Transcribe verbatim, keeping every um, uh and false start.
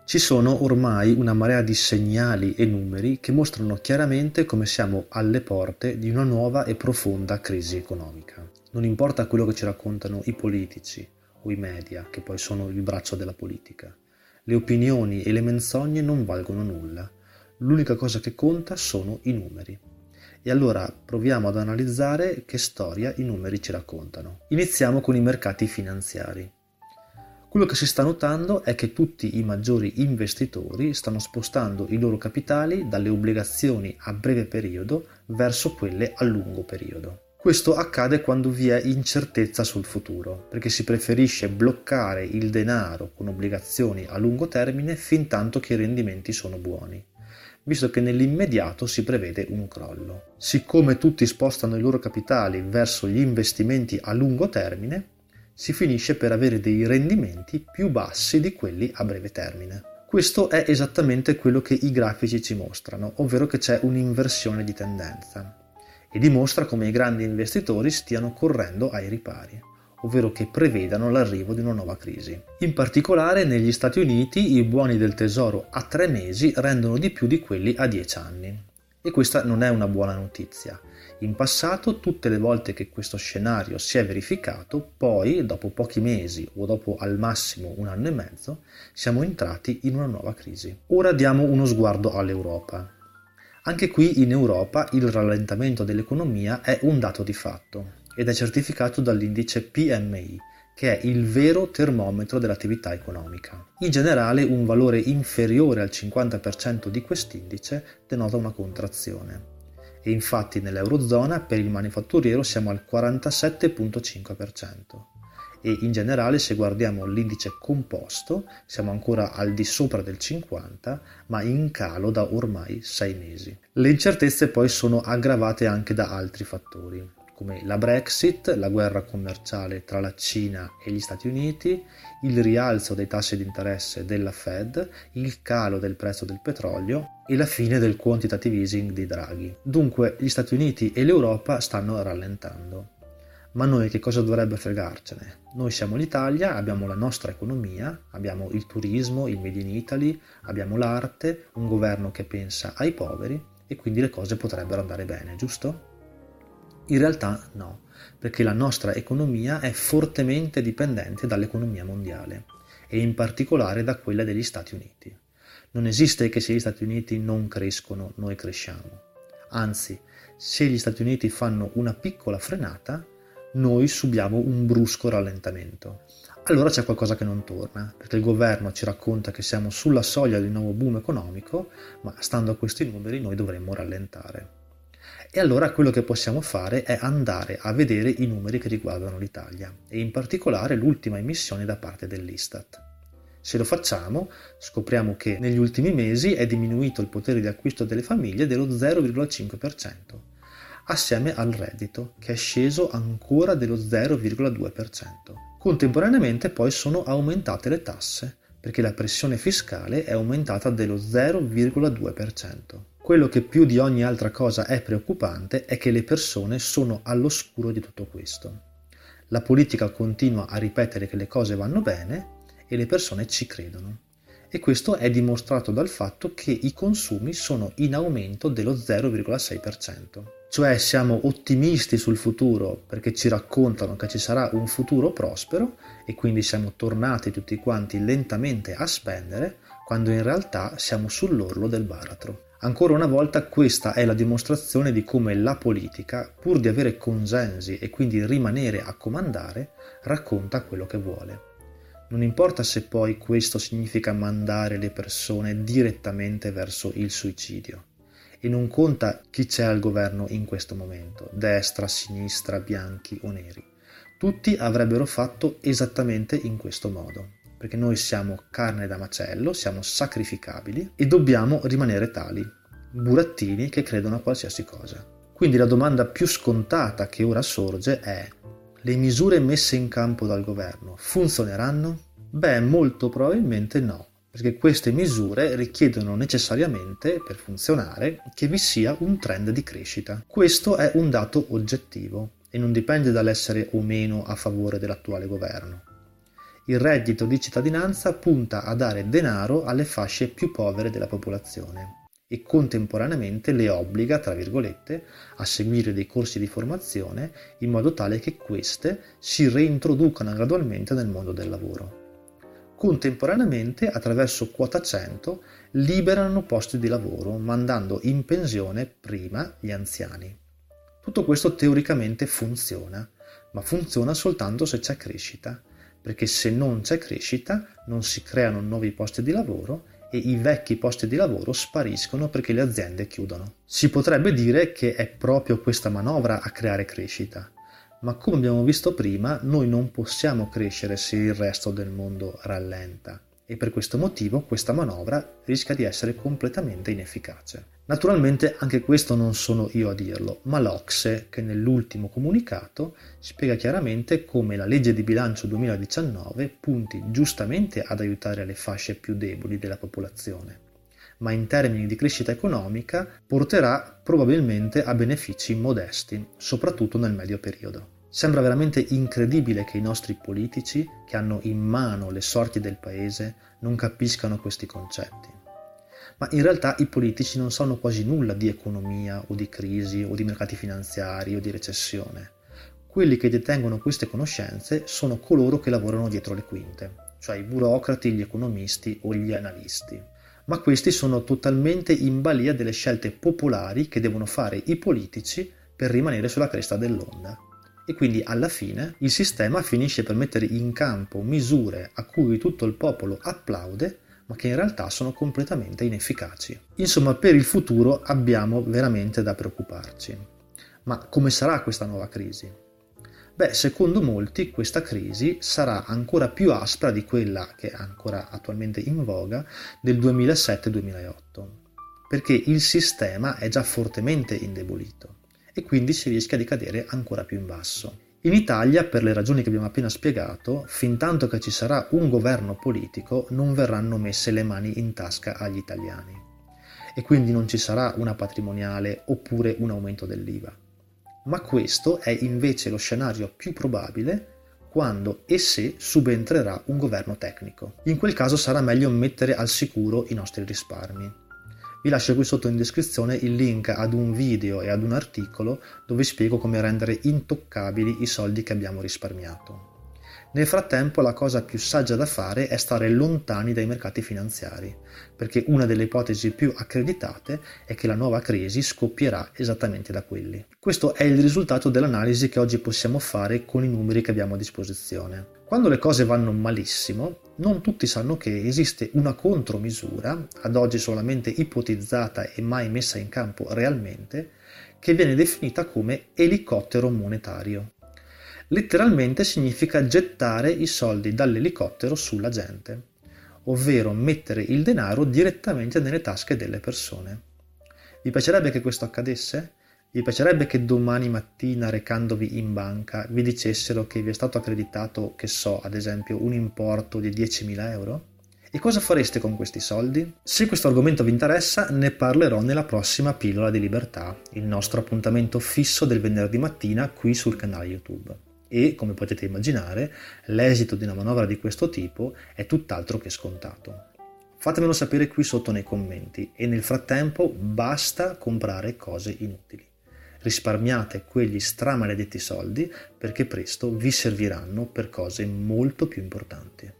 Ci sono ormai una marea di segnali e numeri che mostrano chiaramente come siamo alle porte di una nuova e profonda crisi economica. Non importa quello che ci raccontano i politici o i media, che poi sono il braccio della politica. Le opinioni e le menzogne non valgono nulla. L'unica cosa che conta sono i numeri. E allora proviamo ad analizzare che storia i numeri ci raccontano. Iniziamo con i mercati finanziari. Quello che si sta notando è che tutti i maggiori investitori stanno spostando i loro capitali dalle obbligazioni a breve periodo verso quelle a lungo periodo. Questo accade quando vi è incertezza sul futuro, perché si preferisce bloccare il denaro con obbligazioni a lungo termine fin tanto che i rendimenti sono buoni, visto che nell'immediato si prevede un crollo. Siccome tutti spostano i loro capitali verso gli investimenti a lungo termine, si finisce per avere dei rendimenti più bassi di quelli a breve termine. Questo è esattamente quello che i grafici ci mostrano, ovvero che c'è un'inversione di tendenza, e dimostra come i grandi investitori stiano correndo ai ripari, ovvero che prevedano l'arrivo di una nuova crisi. In particolare negli Stati Uniti i buoni del tesoro a tre mesi rendono di più di quelli a dieci anni. E questa non è una buona notizia. In passato, tutte le volte che questo scenario si è verificato, poi, dopo pochi mesi o dopo al massimo un anno e mezzo, siamo entrati in una nuova crisi. Ora diamo uno sguardo all'Europa. Anche qui in Europa il rallentamento dell'economia è un dato di fatto ed è certificato dall'indice P M I, che è il vero termometro dell'attività economica. In generale un valore inferiore al cinquanta per cento di quest'indice denota una contrazione. E infatti nell'Eurozona per il manifatturiero siamo al quarantasette virgola cinque per cento e in generale se guardiamo l'indice composto siamo ancora al di sopra del cinquanta ma in calo da ormai sei mesi. Le incertezze poi sono aggravate anche da altri fattori come la Brexit, la guerra commerciale tra la Cina e gli Stati Uniti, il rialzo dei tassi di interesse della Fed, il calo del prezzo del petrolio e la fine del quantitative easing di Draghi. Dunque gli Stati Uniti e l'Europa stanno rallentando. Ma noi che cosa dovrebbe fregarcene? Noi siamo l'Italia, abbiamo la nostra economia, abbiamo il turismo, il Made in Italy, abbiamo l'arte, un governo che pensa ai poveri e quindi le cose potrebbero andare bene, giusto? In realtà no, perché la nostra economia è fortemente dipendente dall'economia mondiale e in particolare da quella degli Stati Uniti. Non esiste che se gli Stati Uniti non crescono, noi cresciamo. Anzi, se gli Stati Uniti fanno una piccola frenata, noi subiamo un brusco rallentamento. Allora c'è qualcosa che non torna, perché il governo ci racconta che siamo sulla soglia di un nuovo boom economico, ma stando a questi numeri noi dovremmo rallentare. E allora quello che possiamo fare è andare a vedere i numeri che riguardano l'Italia e in particolare l'ultima emissione da parte dell'Istat. Se lo facciamo, scopriamo che negli ultimi mesi è diminuito il potere di acquisto delle famiglie dello zero virgola cinque per cento, assieme al reddito, che è sceso ancora dello zero virgola due per cento. Contemporaneamente poi sono aumentate le tasse, perché la pressione fiscale è aumentata dello zero virgola due per cento. Quello che più di ogni altra cosa è preoccupante è che le persone sono all'oscuro di tutto questo. La politica continua a ripetere che le cose vanno bene e le persone ci credono. E questo è dimostrato dal fatto che i consumi sono in aumento dello zero virgola sei per cento. Cioè siamo ottimisti sul futuro perché ci raccontano che ci sarà un futuro prospero e quindi siamo tornati tutti quanti lentamente a spendere quando in realtà siamo sull'orlo del baratro. Ancora una volta questa è la dimostrazione di come la politica, pur di avere consensi e quindi rimanere a comandare, racconta quello che vuole. Non importa se poi questo significa mandare le persone direttamente verso il suicidio. E non conta chi c'è al governo in questo momento, destra, sinistra, bianchi o neri. Tutti avrebbero fatto esattamente in questo modo. Perché noi siamo carne da macello, siamo sacrificabili e dobbiamo rimanere tali, burattini che credono a qualsiasi cosa. Quindi la domanda più scontata che ora sorge è: le misure messe in campo dal governo funzioneranno? Beh, molto probabilmente no, perché queste misure richiedono necessariamente, per funzionare, che vi sia un trend di crescita. Questo è un dato oggettivo e non dipende dall'essere o meno a favore dell'attuale governo. Il reddito di cittadinanza punta a dare denaro alle fasce più povere della popolazione e contemporaneamente le obbliga, tra virgolette, a seguire dei corsi di formazione in modo tale che queste si reintroducano gradualmente nel mondo del lavoro. Contemporaneamente, attraverso quota cento, liberano posti di lavoro, mandando in pensione prima gli anziani. Tutto questo teoricamente funziona, ma funziona soltanto se c'è crescita, perché se non c'è crescita non si creano nuovi posti di lavoro e i vecchi posti di lavoro spariscono perché le aziende chiudono. Si potrebbe dire che è proprio questa manovra a creare crescita, ma come abbiamo visto prima, noi non possiamo crescere se il resto del mondo rallenta e per questo motivo questa manovra rischia di essere completamente inefficace. Naturalmente anche questo non sono io a dirlo, ma l'Ocse, che nell'ultimo comunicato spiega chiaramente come la legge di bilancio duemiladiciannove punti giustamente ad aiutare le fasce più deboli della popolazione, ma in termini di crescita economica porterà probabilmente a benefici modesti, soprattutto nel medio periodo. Sembra veramente incredibile che i nostri politici, che hanno in mano le sorti del paese, non capiscano questi concetti. Ma in realtà i politici non sanno quasi nulla di economia o di crisi o di mercati finanziari o di recessione. Quelli che detengono queste conoscenze sono coloro che lavorano dietro le quinte, cioè i burocrati, gli economisti o gli analisti. Ma questi sono totalmente in balia delle scelte popolari che devono fare i politici per rimanere sulla cresta dell'onda. E quindi alla fine il sistema finisce per mettere in campo misure a cui tutto il popolo applaude, ma che in realtà sono completamente inefficaci. Insomma, per il futuro abbiamo veramente da preoccuparci. Ma come sarà questa nuova crisi? Beh, secondo molti questa crisi sarà ancora più aspra di quella che è ancora attualmente in voga del duemilasette duemilaotto, perché il sistema è già fortemente indebolito e quindi si rischia di cadere ancora più in basso. In Italia, per le ragioni che abbiamo appena spiegato, fintanto che ci sarà un governo politico non verranno messe le mani in tasca agli italiani e quindi non ci sarà una patrimoniale oppure un aumento dell'I V A. Ma questo è invece lo scenario più probabile quando e se subentrerà un governo tecnico. In quel caso sarà meglio mettere al sicuro i nostri risparmi. Vi lascio qui sotto in descrizione il link ad un video e ad un articolo dove spiego come rendere intoccabili i soldi che abbiamo risparmiato. Nel frattempo la cosa più saggia da fare è stare lontani dai mercati finanziari, perché una delle ipotesi più accreditate è che la nuova crisi scoppierà esattamente da quelli. Questo è il risultato dell'analisi che oggi possiamo fare con i numeri che abbiamo a disposizione. Quando le cose vanno malissimo, non tutti sanno che esiste una contromisura, ad oggi solamente ipotizzata e mai messa in campo realmente, che viene definita come elicottero monetario. Letteralmente significa gettare i soldi dall'elicottero sulla gente, ovvero mettere il denaro direttamente nelle tasche delle persone. Vi piacerebbe che questo accadesse? Vi piacerebbe che domani mattina, recandovi in banca, vi dicessero che vi è stato accreditato, che so, ad esempio, un importo di diecimila euro? E cosa fareste con questi soldi? Se questo argomento vi interessa, ne parlerò nella prossima Pillola di Libertà, il nostro appuntamento fisso del venerdì mattina qui sul canale YouTube. E, come potete immaginare, l'esito di una manovra di questo tipo è tutt'altro che scontato. Fatemelo sapere qui sotto nei commenti e nel frattempo basta comprare cose inutili. Risparmiate quegli stramaledetti soldi perché presto vi serviranno per cose molto più importanti.